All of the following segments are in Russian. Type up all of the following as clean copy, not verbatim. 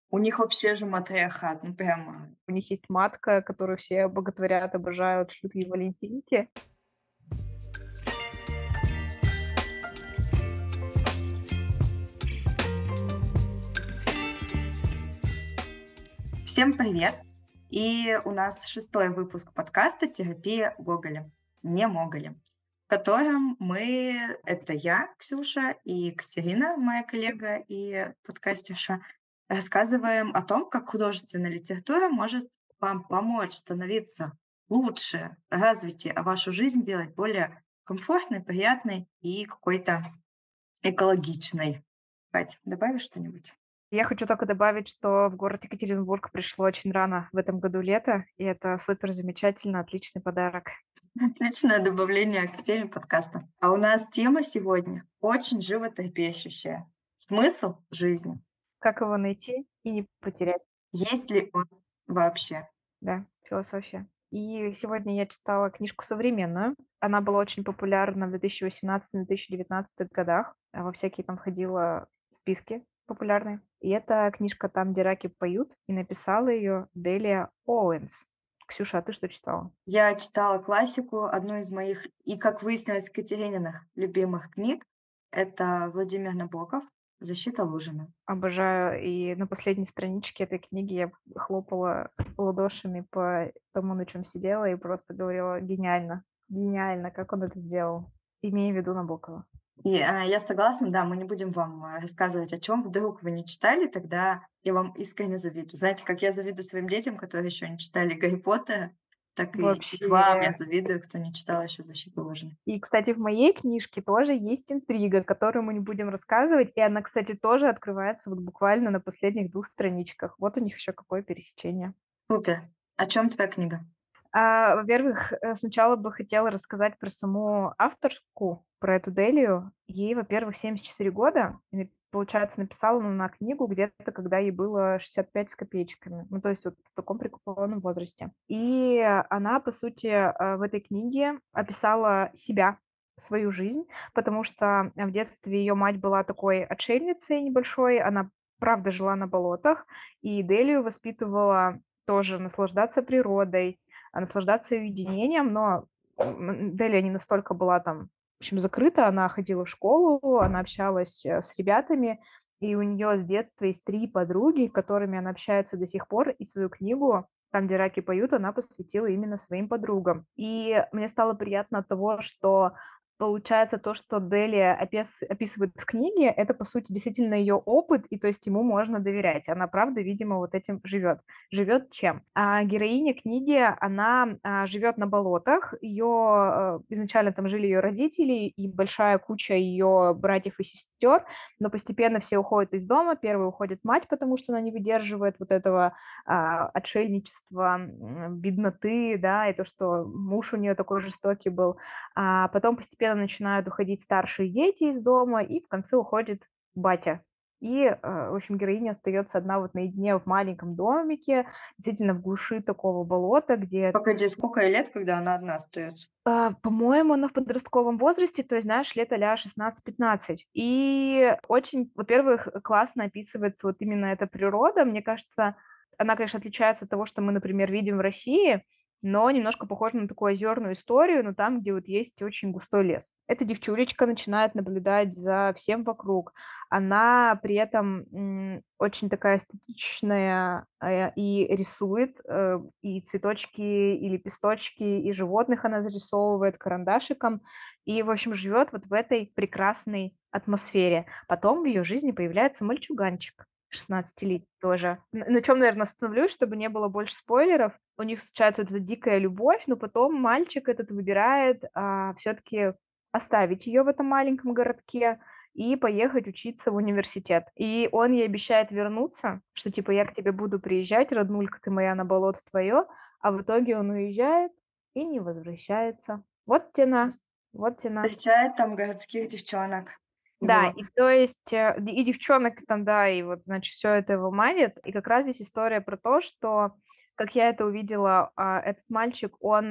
У них вообще же матриархат, ну прямо. У них есть матка, которую все боготворят, обожают, шлют ей валентинки. Всем привет! И у нас шестой выпуск подкаста «Терапия Гоголя», не Моголя, в котором это я, Ксюша, и Екатерина, моя коллега и подкастерша, рассказываем о том, как художественная литература может вам помочь становиться лучше, развитие, а вашу жизнь делать более комфортной, приятной и какой-то экологичной. Кать, добавишь что-нибудь? Я хочу только добавить, что в город Екатеринбург пришло очень рано в этом году лето, и это супер замечательно, отличный подарок. Отличное добавление к теме подкаста. А у нас тема сегодня очень животрепещущая. Смысл жизни. Как его найти и не потерять? Есть ли он вообще? Да, философия. И сегодня я читала книжку современную. Она была очень популярна в 2018-2019 годах. Во всякие там входила списки популярные. И эта книжка «Там, где раки поют», и написала ее Делия Оуэнс. Ксюша, а ты что читала? Я читала классику, одну из моих, и, как выяснилось, Катерининых любимых книг. Это Владимир Набоков «Защита Лужина». Обожаю. И на последней страничке этой книги я хлопала ладошами по тому, на чем сидела, и просто говорила: гениально, гениально, как он это сделал. Имея в виду Набокова. Я согласна, да, мы не будем вам рассказывать, о чем вдруг вы не читали, тогда я вам искренне завидую. Знаете, как я завидую своим детям, которые еще не читали Гарри Поттера, так и вам я Вообще. завидую, кто не читал еще «Защиту Лужин». И, кстати, в моей книжке тоже есть интрига, которую мы не будем рассказывать, и она, кстати, тоже открывается вот буквально на последних 2 страничках. Вот у них еще какое пересечение. Супер. О чем твоя книга? Во-первых, сначала бы хотела рассказать про саму авторку, про эту Делию. Ей, во-первых, 74 года. И, получается, написала она книгу где-то, когда ей было 65 с копеечками. Ну, то есть вот в таком преклонном возрасте. И она, по сути, в этой книге описала себя, свою жизнь, потому что в детстве ее мать была такой отшельницей небольшой, она правда жила на болотах, и Делию воспитывала тоже наслаждаться природой, наслаждаться уединением, но Делия не настолько была там, в общем, закрыта. Она ходила в школу, она общалась с ребятами, и у нее с детства есть 3 подруги, которыми она общается до сих пор, и свою книгу «Там, где раки поют» она посвятила именно своим подругам. И мне стало приятно от того, что получается то, что Делия описывает в книге, это, по сути, действительно ее опыт, и то есть ему можно доверять. Она, правда, видимо, вот этим живет. Живет чем? Героиня книги, она живет на болотах. Ее изначально там жили ее родители и большая куча ее братьев и сестер, но постепенно все уходят из дома. Первой уходит мать, потому что она не выдерживает вот этого отшельничества, бедноты, да, и то, что муж у нее такой жестокий был. А потом постепенно начинают уходить старшие дети из дома, и в конце уходит батя. И, в общем, героиня остается одна вот наедине в маленьком домике, действительно в глуши такого болота, где, Погоди, сколько ей лет, когда она одна остается? по-моему, она в подростковом возрасте, то есть, знаешь, лет а-ля 16-15. И очень, во-первых, классно описывается вот именно эта природа. Мне кажется, она, конечно, отличается от того, что мы, например, видим в России, но немножко похожа на такую озерную историю, но там, где вот есть очень густой лес. Эта девчулечка начинает наблюдать за всем вокруг. Она при этом очень такая эстетичная, и рисует, и цветочки, и лепесточки, и животных она зарисовывает карандашиком. И, в общем, живет вот в этой прекрасной атмосфере. Потом в ее жизни появляется мальчуганчик 16-летний тоже. На чем, наверное, остановлюсь, чтобы не было больше спойлеров. У них случается вот эта дикая любовь, но потом мальчик этот выбирает все-таки оставить ее в этом маленьком городке и поехать учиться в университет. И он ей обещает вернуться, что типа я к тебе буду приезжать, роднулька ты моя, на болото твое, а в итоге он уезжает и не возвращается. Вот тена, вот тена. Встречает там городских девчонок. Да, Во. и то есть, и девчонок там, да, и вот, значит, все это его манит. И как раз здесь история про то, что, как я это увидела, этот мальчик, он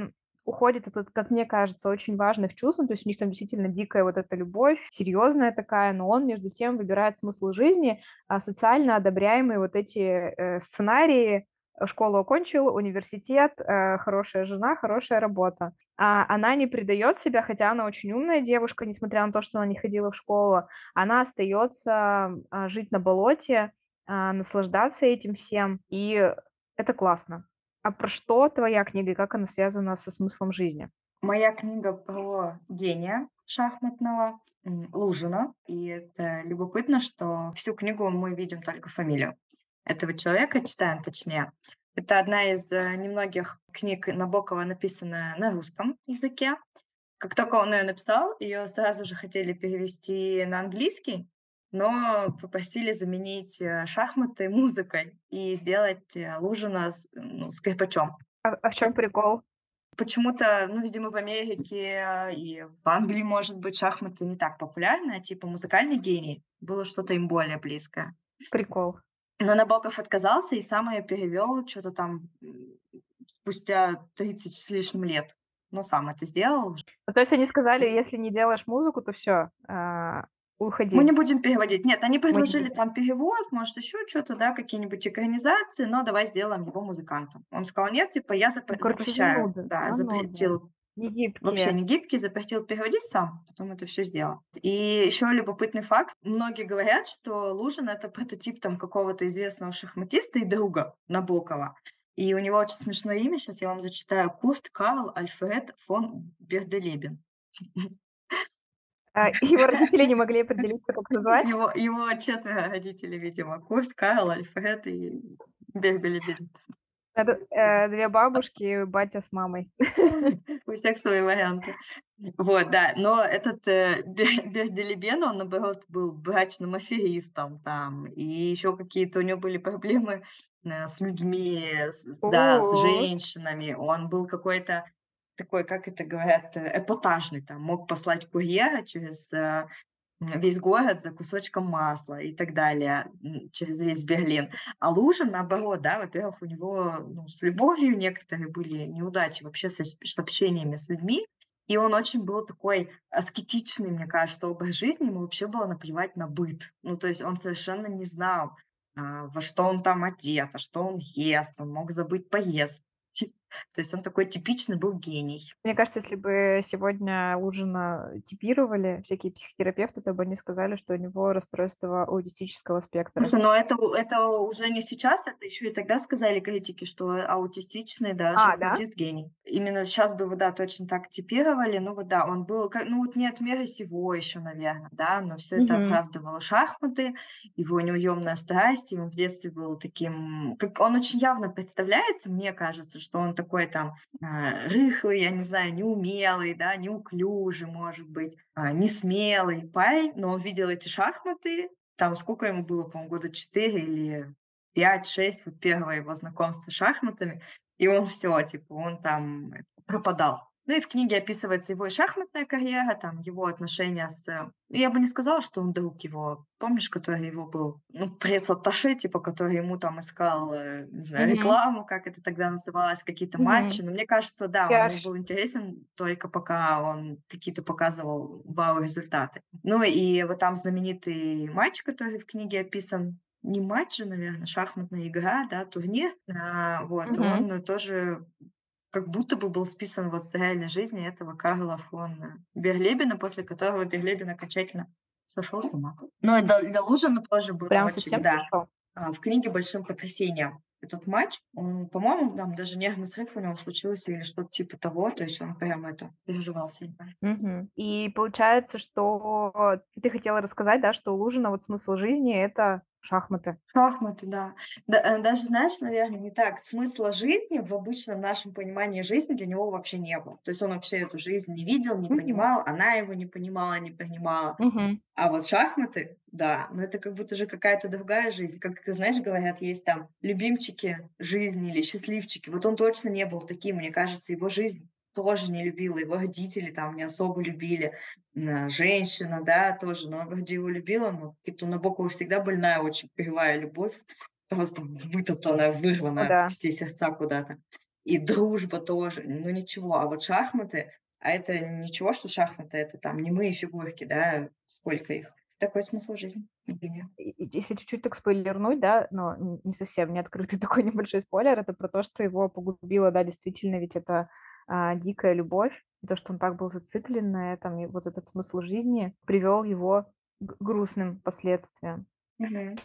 уходит от, как мне кажется, очень важных чувств. Ну, то есть у них там действительно дикая вот эта любовь, серьезная такая, но он между тем выбирает смысл жизни, социально одобряемые вот эти сценарии: школу окончил, университет, хорошая жена, хорошая работа. А она не предает себя, хотя она очень умная девушка, несмотря на то, что она не ходила в школу. Она остается жить на болоте, наслаждаться этим всем, и это классно. А про что твоя книга и как она связана со смыслом жизни? Моя книга про гения шахматного, Лужина. И это любопытно, что всю книгу мы видим только фамилию этого человека, читаем точнее. Это одна из немногих книг Набокова, написанная на русском языке. Как только он ее написал, ее сразу же хотели перевести на английский, но попросили заменить шахматы музыкой и сделать Лужина скрипачом. А в чем прикол? Почему-то, ну, видимо, в Америке и в Англии, может быть, шахматы не так популярны, а типа музыкальный гений было что-то им более близкое. Прикол. Но Набоков отказался и сам ее перевел что-то там спустя 30 с лишним лет. Но сам это сделал. Ну, то есть они сказали, если не делаешь музыку, то все, Мы уходи. не будем переводить. Нет, они Мы не предложили будем. там перевод, может, еще что-то, да, какие-нибудь экранизации, но давай сделаем его музыкантом. Он сказал: "Нет, типа я Ну, короче, запрещаю". Да, зануды, запретил. не Вообще гибкие. не гибкий, запретил переводить сам, потом это все сделал. И еще любопытный факт: многие говорят, что Лужин — это прототип там какого-то известного шахматиста и друга Набокова. И у него очень смешное имя, сейчас я вам зачитаю: Курт Карл Альфред фон Берделебен. Его родители не могли определиться, как назвать. Его 4 родителей, видимо: Курт, Карл, Альфред и Берделебен. Это, 2 бабушки, батя с мамой. У всех свои варианты. Вот, да. Но этот, Берделебен, он, наоборот, был брачным аферистом там, и еще какие-то у него были проблемы, с людьми, да, с О, женщинами. Он был какой-то такой, как это говорят, эпатажный, там, мог послать курьера через, весь город за кусочком масла и так далее, через весь Берлин. А Лужин, наоборот, да, во-первых, у него, ну, с любовью некоторые были неудачи вообще с общениями с людьми, и он очень был такой аскетичный, мне кажется, образ жизни, ему вообще было наплевать на быт. Ну, то есть он совершенно не знал, во что он там одет, а что он ест, он мог забыть поесть. То есть он такой типичный был гений. мне кажется, если бы сегодня Лужина типировали всякие психотерапевты, то бы они сказали, что у него расстройство аутистического спектра. Слушай, но это уже не сейчас, это еще и тогда сказали критики, что аутистичный, да, Да? шахматист гений. Именно сейчас бы его, да, точно так типировали. Ну вот да, он был, ну вот не от мира сего еще, наверное, да, но все это Мгм. оправдывало шахматы, его неуемная страсть, и он в детстве был таким, как он очень явно представляется, мне кажется, что он такой там рыхлый, я не знаю, неумелый, да, неуклюжий, может быть, несмелый парень, но он видел эти шахматы, там сколько ему было, по-моему, года 4 или 5-6, вот первое его знакомство с шахматами, и он все, типа, он там пропадал. Ну и в книге описывается его и шахматная карьера, там его отношения с я бы не сказала, что он друг его. Помнишь, который его был, ну, пресс-атташе, типа, который ему там искал, не знаю, Мгм. рекламу, как это тогда называлось, какие-то матчи. Мгм. Но мне кажется, да, он Я ему ш был интересен только пока он какие-то показывал вау-результаты. Ну и вот там знаменитый матч, который в книге описан. Не матч же, наверное, шахматная игра, да, турнир. Вот, Мгм. он тоже как будто бы был списан вот с реальной жизни этого Карла фон Берлебена, после которого Берлебен окончательно сошел с ума. Ну и для Лужина тоже было Прям очень, совсем да, сошел? в книге большим потрясением этот матч. Он, по-моему, там даже нервный срыв у него случился или что-то типа того, то есть он прям это переживал сильно. Мгм. И получается, что ты хотела рассказать, да, что у Лужина вот смысл жизни — это шахматы. Шахматы, да. Даже, знаешь, наверное, не так. Смысла жизни в обычном нашем понимании жизни для него вообще не было. То есть он вообще эту жизнь не видел, не Мгм. понимал, она его не понимала, не понимала. Мгм. А вот шахматы, да, но это как будто же какая-то другая жизнь. Как, знаешь, говорят, есть там любимчики жизни или счастливчики. Вот он точно не был таким. Мне кажется, его жизнь тоже не любила, его родители там не особо любили, женщина, да, тоже, но вроде его любила, но какие-то у Набокова всегда больная, очень кривая любовь, просто вытоптанная, Ну вырванная да. все сердца куда-то. и дружба тоже, ну ничего. А вот шахматы, а это ничего, что шахматы — это там немые фигурки, да, сколько их. Такой смысл жизни. Евгения. И если чуть-чуть так спойлернуть, да, но не совсем не открытый такой небольшой спойлер, это про то, что его погубило, да, действительно, ведь это дикая любовь, и то, что он так был зациклен на этом, и вот этот смысл жизни привел его к грустным последствиям. Мгм.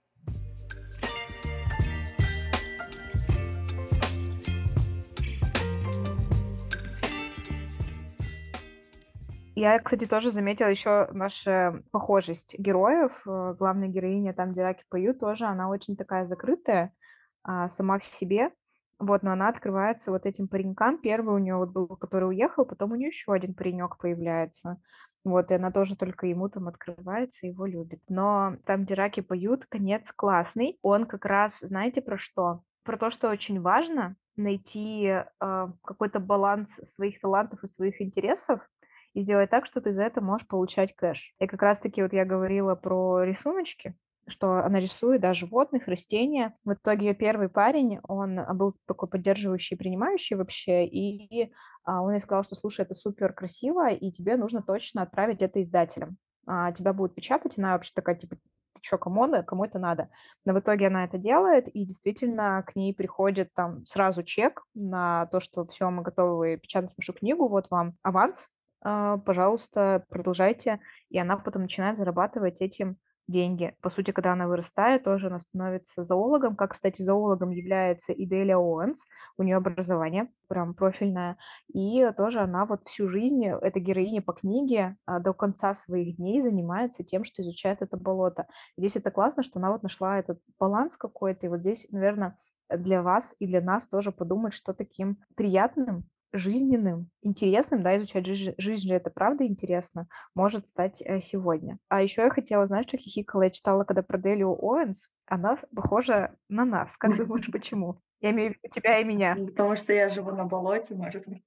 Я, кстати, тоже заметила еще нашу похожесть героев. Главная героиня, там, где раки поют, тоже она очень такая закрытая, сама в себе. Вот, но она открывается вот этим паренькам. Первый у нее вот был, который уехал, потом у нее еще один паренек появляется. Вот, и она тоже только ему там открывается, его любит. Но там, где раки поют, конец классный. Он как раз, знаете, про что? Про то, что очень важно найти какой-то баланс своих талантов и своих интересов, и сделать так, что ты за это можешь получать кэш. И как раз-таки вот я говорила про рисуночки, что она рисует, да, животных, растения. В итоге ее первый парень, он был такой поддерживающий, принимающий вообще, и он ей сказал, что, слушай, это супер красиво, и тебе нужно точно отправить это издателям. Тебя будут печатать, она вообще такая, типа, ты чё, кому это надо? Но в итоге она это делает, и действительно к ней приходит там сразу чек на то, что все, мы готовы печатать вашу книгу, вот вам аванс, пожалуйста, продолжайте. И она потом начинает зарабатывать этим деньги. По сути, когда она вырастает, тоже она становится зоологом. Как, кстати, зоологом является и Делия Оуэнс. У нее образование прям профильное. И тоже она вот всю жизнь, эта героиня по книге, до конца своих дней занимается тем, что изучает это болото. Здесь это классно, что она вот нашла этот баланс какой-то. И вот здесь, наверное, для вас и для нас тоже подумать, что таким приятным, жизненным, интересным, да, изучать жизнь, жизнь же это правда интересно, может стать сегодня. А еще я хотела, знаешь, что хихикала? Я читала, когда про Делию Оуэнс, она похожа на нас. Как думаешь, почему? Я имею в виду тебя и меня. Ну, потому что я живу на болоте, может быть.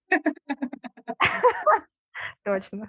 Точно.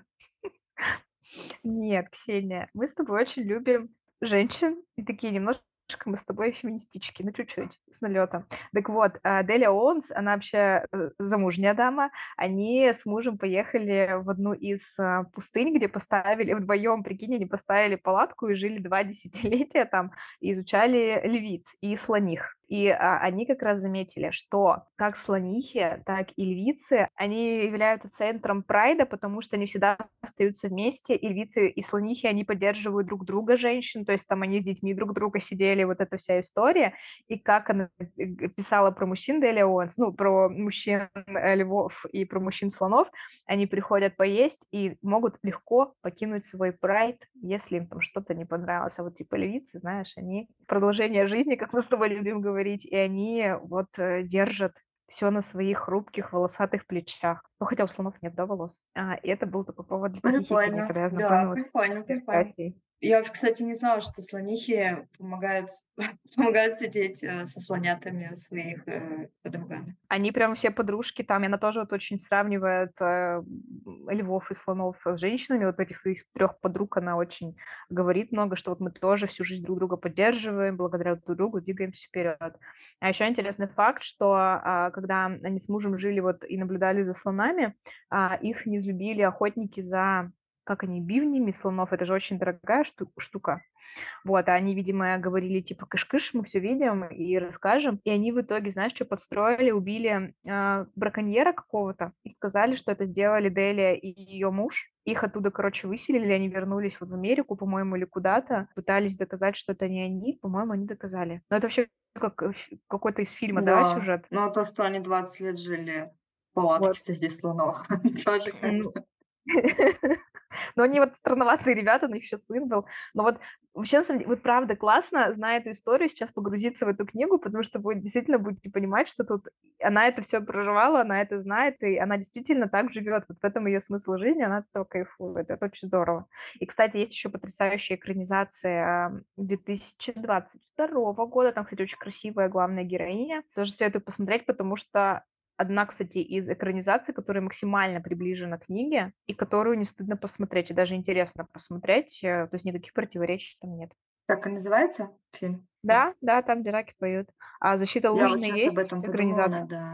Нет, Ксения, мы с тобой очень любим женщин и такие немножко мы с тобой феминистички, ну чуть-чуть, с налетом. Так вот, Делия Оуэнс, она вообще замужняя дама, они с мужем поехали в одну из пустынь, где поставили вдвоем, прикинь, они поставили палатку и жили 2 десятилетия там, и изучали львиц и слоних. И они как раз заметили, что как слонихи, так и львицы, они являются центром прайда, потому что они всегда остаются вместе, и львицы и слонихи, они поддерживают друг друга, женщин, то есть там они с детьми друг друга сидели, вот эта вся история. И как она писала про мужчин Делия Оуэнс, ну, про мужчин львов и про мужчин слонов, они приходят поесть и могут легко покинуть свой прайд, если им там что-то не понравилось. А вот типа львицы, знаешь, они продолжение жизни, как мы с тобой любим говорить, и они вот держат все на своих хрупких волосатых плечах. Ну, хотя у слонов нет, да, волос. И это был такой повод для хихикания, Прикольно. когда я Да, знакомилась прикольно, с прикольно. биографией. Я, кстати, не знала, что слонихи помогают помогают сидеть, со слонятами своих, подругами. Они прям все подружки там, и она тоже вот очень сравнивает львов и слонов с женщинами, вот этих своих 3 подруг она очень говорит много, что вот мы тоже всю жизнь друг друга поддерживаем, благодаря друг другу двигаемся вперед. А еще интересный факт, что когда они с мужем жили вот и наблюдали за слонами, их не взлюбили охотники за, как они, бивнями слонов, это же очень дорогая штука, вот, а они, видимо, говорили, типа, кыш-кыш, мы все видим и расскажем. И они в итоге, знаешь, что подстроили? Убили браконьера какого-то и сказали, что это сделали Делия и ее муж. Их оттуда, короче, выселили, они вернулись вот в Америку, по-моему, или куда-то, пытались доказать, что это не они. По-моему, они доказали. Но это вообще как какой-то из фильма, да, Да, сюжет? но то, что они 20 лет жили в палатке Вот. среди слонов, тоже как Ну, бы. Но они вот странноватые ребята, у них еще сын был. Но вот вообще, на самом деле, вот правда классно, зная эту историю, сейчас погрузиться в эту книгу, потому что вы действительно будете понимать, что тут она это все проживала, она это знает, и она действительно так живет. Вот в этом ее смысл жизни, она от этого кайфует. Это очень здорово. И, кстати, есть еще потрясающая экранизация 2022 года. Там, кстати, очень красивая главная героиня. Тоже советую посмотреть, потому что одна, кстати, из экранизаций, которая максимально приближена к книге и которую не стыдно посмотреть, и даже интересно посмотреть, то есть никаких противоречий там нет. Как и называется фильм? Да, да, там, где раки поют. А «Защита Я вот Лужины» сейчас об есть этом подумала, экранизация? надо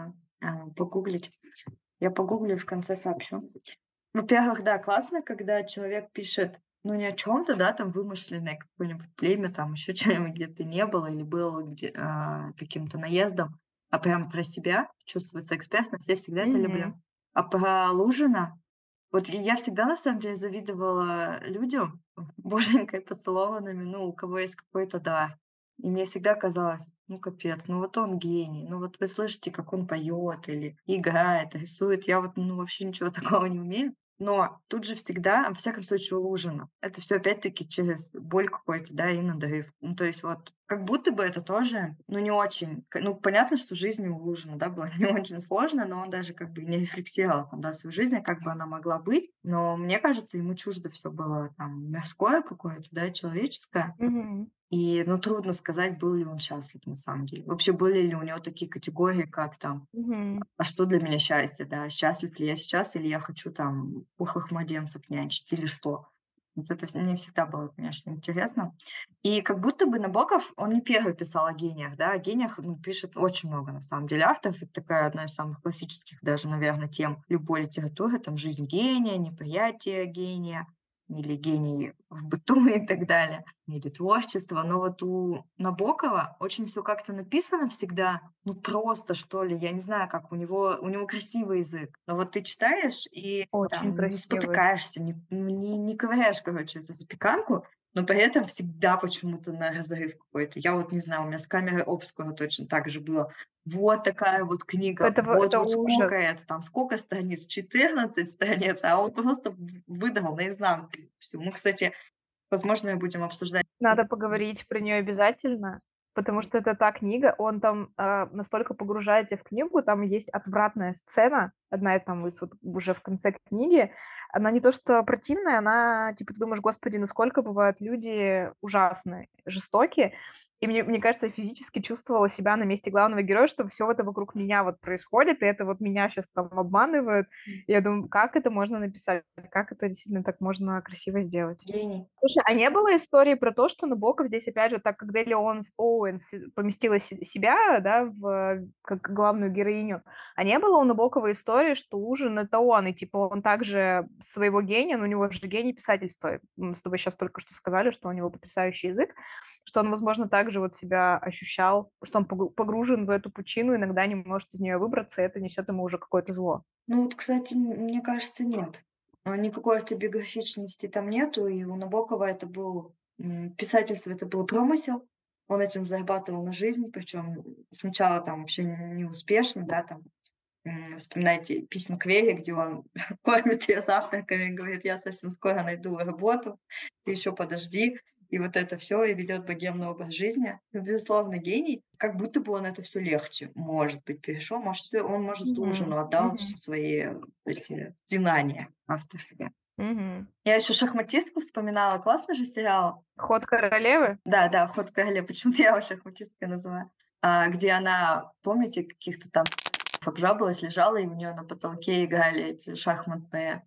Погуглить. Я погуглю и в конце сообщу. Во-первых, да, классно, когда человек пишет, ну, не о чем то да, там вымышленное какое-нибудь племя, там еще чё-нибудь, где ты не был или был где, каким-то наездом, а прям про себя, чувствуется экспертность. Я всегда это Мгм. люблю. А про Лужина, вот и я всегда на самом деле завидовала людям, боженькой поцелованными, ну, у кого есть какой-то дар. И мне всегда казалось: "Ну, капец, ну вот он гений, ну вот вы слышите, как он поет или играет, рисует. Я вот, ну, вообще ничего такого не умею". Но тут же всегда, во всяком случае, у Лужина, это все опять-таки через боль какой-то, да, и надрыв. Ну, то есть вот как будто бы это тоже, ну, не очень ну, понятно, что жизнь у Лужина, да, была не очень сложная, но он даже как бы не рефлексировал там, да, свою жизнь, как бы она могла быть. Но мне кажется, ему чуждо все было там мирское какое-то, да, человеческое. Мгм. И, ну, трудно сказать, был ли он счастлив на самом деле. Вообще, были ли у него такие категории, как там: Мгм. "А что для меня счастье?" Да, счастлив ли я сейчас или я хочу там пухлых младенцев нянчить или что? Вот это мне всегда было, конечно, интересно. И как будто бы Набоков, он не первый писал о гениях, да. О гениях, ну, пишет очень много, на самом деле, авторов. Это такая одна из самых классических даже, наверное, тем любой литературы. Там "Жизнь гения", "Неприятие гения" или "Гений в быту" и так далее, или творчество. Но вот у Набокова очень все как-то написано всегда, ну, просто, что ли. Я не знаю, как у него красивый язык. Но вот ты читаешь и Очень там не красивый. спотыкаешься, не ковыряешь, короче, эту запеканку, но при этом всегда почему-то на разрыв какой-то. Я вот не знаю, у меня с "Камерой обскура" точно так же было. Вот такая вот книга, Это вот ужас. сколько это там, сколько страниц, 14 страниц, а он просто выдал наизнанку всю. Мы, кстати, возможно, будем обсуждать. Надо поговорить про нее обязательно, потому что это та книга, он там, настолько погружает тя в книгу, там есть отвратная сцена, одна там из вот уже в конце книги. Она не то что противная, она, типа, ты думаешь: "Господи, насколько бывают люди ужасные, жестокие". И мне кажется, я физически чувствовала себя на месте главного героя, что все это вокруг меня вот происходит, и это вот меня сейчас там обманывают. И я думаю: как это можно написать? Как это действительно так можно красиво сделать? Гений. Слушай, а не было истории про то, что Набоков здесь, опять же, так как Дели Оуэнс поместила себя, да, как главную героиню, а не было у Набокова истории, что ужин — это он, и типа он также своего гения, но у него же гений писательства. Мы с тобой сейчас только что сказали, что у него потрясающий язык, что он, возможно, также вот себя ощущал, что он погружен в эту пучину, иногда не может из нее выбраться, и это несет ему уже какое-то зло. Ну вот, кстати, мне кажется, нет. Никакой автобиографичности там нету, и у Набокова это был, писательство — это был промысел. Он этим зарабатывал на жизнь, причем сначала там вообще неуспешно, да, там, вспоминайте письма к Вере, где он кормит её завтраками, говорит: "Я совсем скоро найду работу, ты еще подожди". И вот это все и ведет богемный образ жизни. Ну, безусловно, гений. Как будто бы он это все легче, может быть, перешел. Он, может, Мгм. ужину отдал Мгм. все свои эти знания авторские. Мгм. Я еще "Шахматистку" вспоминала. Классный же сериал. "Ход королевы"? Да-да, "Ход королевы". Почему-то я его "Шахматисткой" называю. Где она, помните, каких-то там обжабалась, лежала, и у нее на потолке играли эти шахматные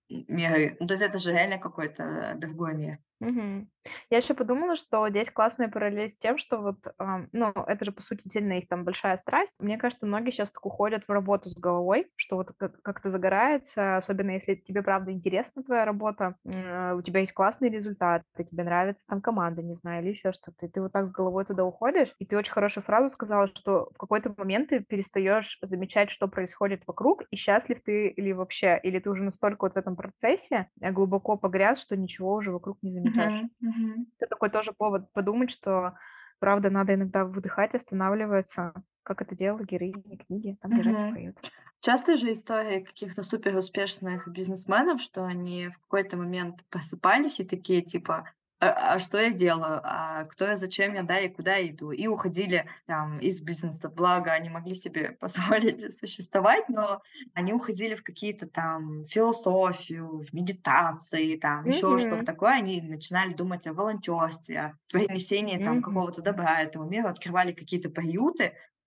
миры. Ну, то есть это же реально какой-то другой мир. Мгм. Я еще подумала, что здесь классная параллель с тем, что вот, ну, это же, по сути, действительно их там большая страсть. Мне кажется, многие сейчас так уходят в работу с головой, что вот как-то загорается, особенно если тебе правда интересна твоя работа, у тебя есть классный результат, тебе нравится там команда, не знаю, или еще что-то, и ты вот так с головой туда уходишь. И ты очень хорошую фразу сказала, что в какой-то момент ты перестаешь замечать, что происходит вокруг, и счастлив ты или вообще, или ты уже настолько вот в этом процессе глубоко погряз, что ничего уже вокруг не замечаешь. Мгм, мгм, Это такой тоже повод подумать, что, правда, надо иногда выдыхать, останавливаться, как это делала героиня книги, там лежать и мгм. поют. Часто же истории каких-то суперуспешных бизнесменов, что они в какой-то момент просыпались и такие типа: "А что я делаю? А кто я, зачем я, да, и куда я иду?" И уходили там из бизнеса. Благо, они могли себе позволить существовать, но они уходили в какие-то там философию, в медитации, там еще что-то Мгм. такое. Они начинали думать о волонтерстве, о принесении там Мгм. какого-то добра этому миру, открывали какие-то приюты.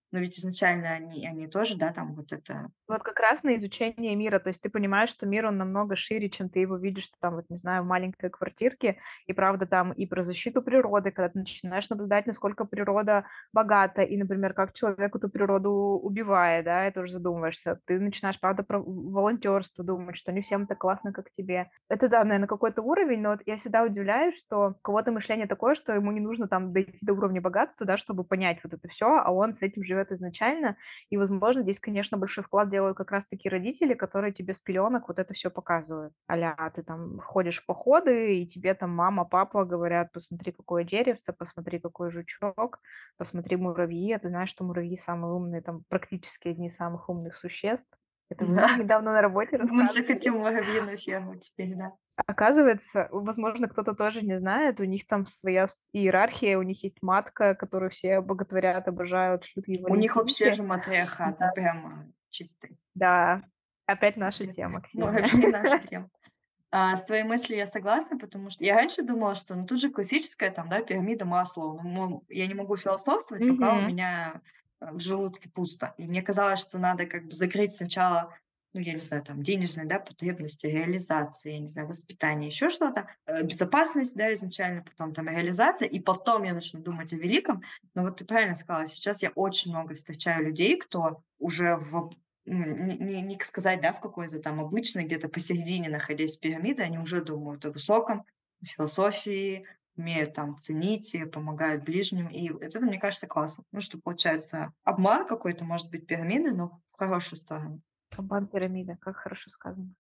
Но ведь изначально они тоже, да, там вот это. Вот как раз на изучение мира. То есть ты понимаешь, что мир, он намного шире, чем ты его видишь, что там, вот, не знаю, в маленькой квартирке. И правда там и про защиту природы, когда ты начинаешь наблюдать, насколько природа богата, и, например, как человек эту природу убивает, да, и тоже задумываешься. Ты начинаешь, правда, про волонтерство думать, что не всем так классно, как тебе. Это, да, наверное, какой-то уровень, но вот я всегда удивляюсь, что у кого-то мышление такое, что ему не нужно там дойти до уровня богатства, да, чтобы понять вот это все, а он с этим живет изначально, и, возможно, здесь, конечно, большой вклад делают как раз-таки родители, которые тебе с пеленок вот это все показывают. Ты там ходишь в походы, и тебе там мама, папа говорят: посмотри, какое деревце, посмотри, какой жучок, посмотри, муравьи. А ты знаешь, что муравьи самые умные, там практически одни из самых умных существ. Это вы мне Да, недавно на работе мы же рассказывали. хотим муравьиную ферму теперь, да. Оказывается, возможно, кто-то тоже не знает, у них там своя иерархия, у них есть матка, которую все боготворят, обожают, шлют ей У них вообще валентинки. же матриархат, ну Да, прям чистый. да, опять наша Вообще, тема, Ксения. муравьи наша тема. С твоей мыслью я согласна, потому что я раньше думала, что, ну, тут же классическая там, да, пирамида Маслоу. Ну, я не могу философствовать, пока у Мгм. меня, в желудке пусто. И мне казалось, что надо как бы закрыть сначала, ну, я не знаю, там, денежные, да, потребности, реализация, я не знаю, воспитание, еще что-то, безопасность, да, изначально, потом там реализация, и потом я начну думать о великом. Но вот ты правильно сказала, сейчас я очень много встречаю людей, кто уже не сказать, да, в какой-то там обычной, где-то посередине находясь в пирамиде, они уже думают о высоком, о философии, умеют там ценить и помогают ближним. И вот это, мне кажется, классно. Ну, что получается обман какой-то, может быть, пирамиды, но в хорошую сторону. Кабан пирамида, как хорошо сказано.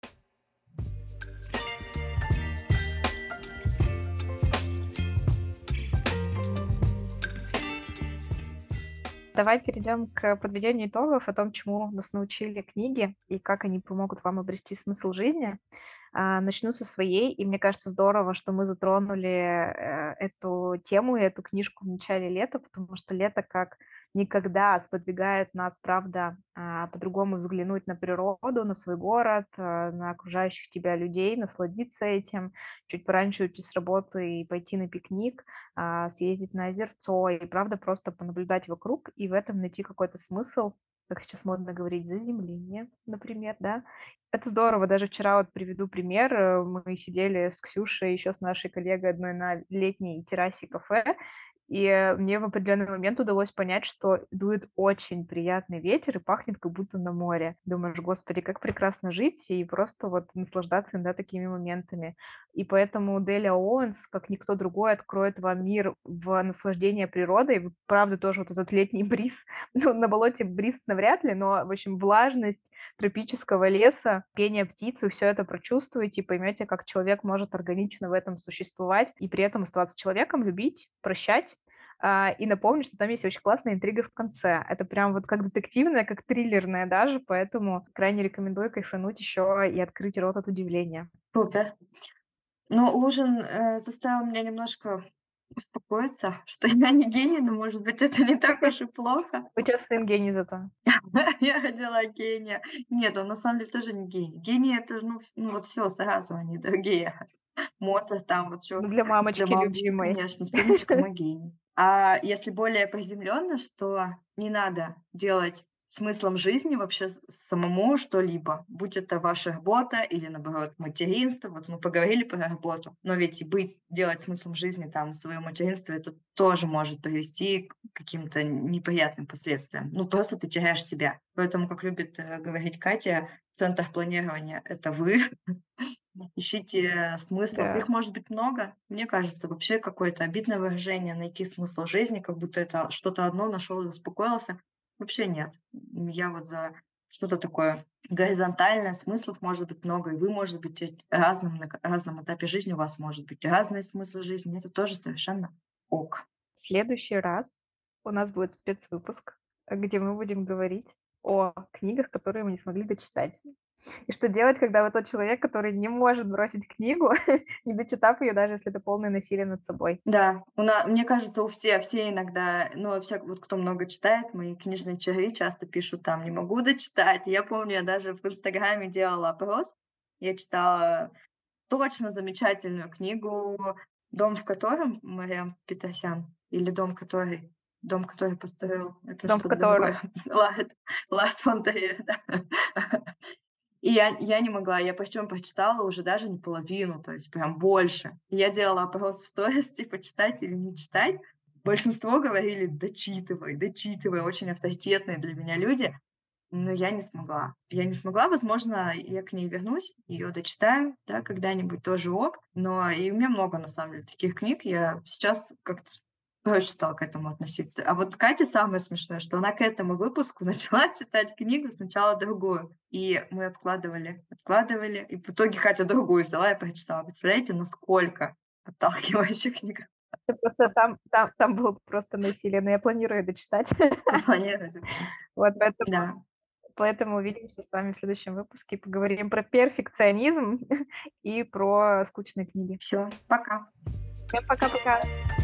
Давай перейдем к подведению итогов о том, чему нас научили книги и как они помогут вам обрести смысл жизни. Начну со своей, и мне кажется здорово, что мы затронули эту тему и эту книжку в начале лета, потому что лето как никогда сподвигает нас, правда, по-другому взглянуть на природу, на свой город, на окружающих тебя людей, насладиться этим, чуть пораньше уйти с работы и пойти на пикник, съездить на озерцо и, правда, просто понаблюдать вокруг и в этом найти какой-то смысл, как сейчас модно говорить, заземление, например, да. Это здорово. Даже вчера вот приведу пример. Мы сидели с Ксюшей, еще с нашей коллегой одной на летней террасе кафе, и мне в определенный момент удалось понять, что дует очень приятный ветер и пахнет как будто на море. Думаешь: "Господи, как прекрасно жить и просто вот наслаждаться иногда такими моментами". И поэтому Деля Оуэнс, как никто другой, откроет вам мир в наслаждение природой. Вы, правда, тоже вот этот летний бриз, ну, на болоте бриз навряд ли, но, в общем, влажность тропического леса, пение птиц, вы все это прочувствуете и поймете, как человек может органично в этом существовать и при этом оставаться человеком, любить, прощать. И напомню, что там есть очень классная интрига в конце. Это прям вот как детективная, как триллерная даже, поэтому крайне рекомендую кайфануть еще и открыть рот от удивления. Супер. Ну, ужин, заставил меня немножко успокоиться, что я не гений, но, может быть, это не так уж и плохо. У тебя сын гений зато. Я родила гения. Нет, он на самом деле тоже не гений. Гений — это ж, ну вот все сразу они другие. Моцарт там вот что Ну, для для мамочки мамочки, любимой. конечно, сыночка мой гений. А если более приземленно, что не надо делать смыслом жизни вообще самому что-либо, будь это ваша работа или, наоборот, материнство. Вот мы поговорили про работу, но ведь и делать смыслом жизни там свое материнство, это тоже может привести к каким-то неприятным последствиям. Ну, просто ты теряешь себя. Поэтому, как любит говорить Катя, центр планирования — это вы. Ищите смыслов. Их Да. может быть много. Мне кажется, вообще какое-то обидное выражение — найти смысл жизни, как будто это что-то одно нашел и успокоился. Вообще нет. Я вот за что-то такое горизонтальное, смыслов может быть много, и вы, может быть, разным, на разном этапе жизни у вас может быть разные смыслы жизни. Это тоже совершенно ок. В следующий раз у нас будет спецвыпуск, где мы будем говорить о книгах, которые мы не смогли дочитать. И что делать, когда вы тот человек, который не может бросить книгу, не дочитав ее, даже если это полное насилие над собой. Да, мне кажется, все иногда, ну, вообще, вот кто много читает, мои книжные черви часто пишут там: "Не могу дочитать". Я помню, я даже в "Инстаграме" делала опрос. Я читала точно замечательную книгу "Дом в котором" Мариам Петросян или "Дом который". Дом, который построил, это Дом, в что-то котором... другое. Ларс фон Триер, да. И я не могла, я причём прочитала уже даже не половину, то есть прям больше. И я делала опрос в сторис, типа, читать или не читать. Большинство говорили: "Дочитывай, дочитывай". Очень авторитетные для меня люди. Но я не смогла. Я не смогла, возможно, я к ней вернусь, ее дочитаю, да, когда-нибудь, тоже ок. Но и у меня много, на самом деле, таких книг. Я сейчас как-то проще стала к этому относиться. А вот Катя самое смешное, что она к этому выпуску начала читать книгу сначала другую. И мы откладывали, откладывали. И в итоге Катя другую взяла и прочитала. Представляете, насколько отталкивающая книга. Просто там было просто насилие, но я планирую дочитать. Планирую закончить. Вот поэтому Да. поэтому увидимся с вами в следующем выпуске и поговорим про перфекционизм и про скучные книги. Всё, пока. Всем пока-пока.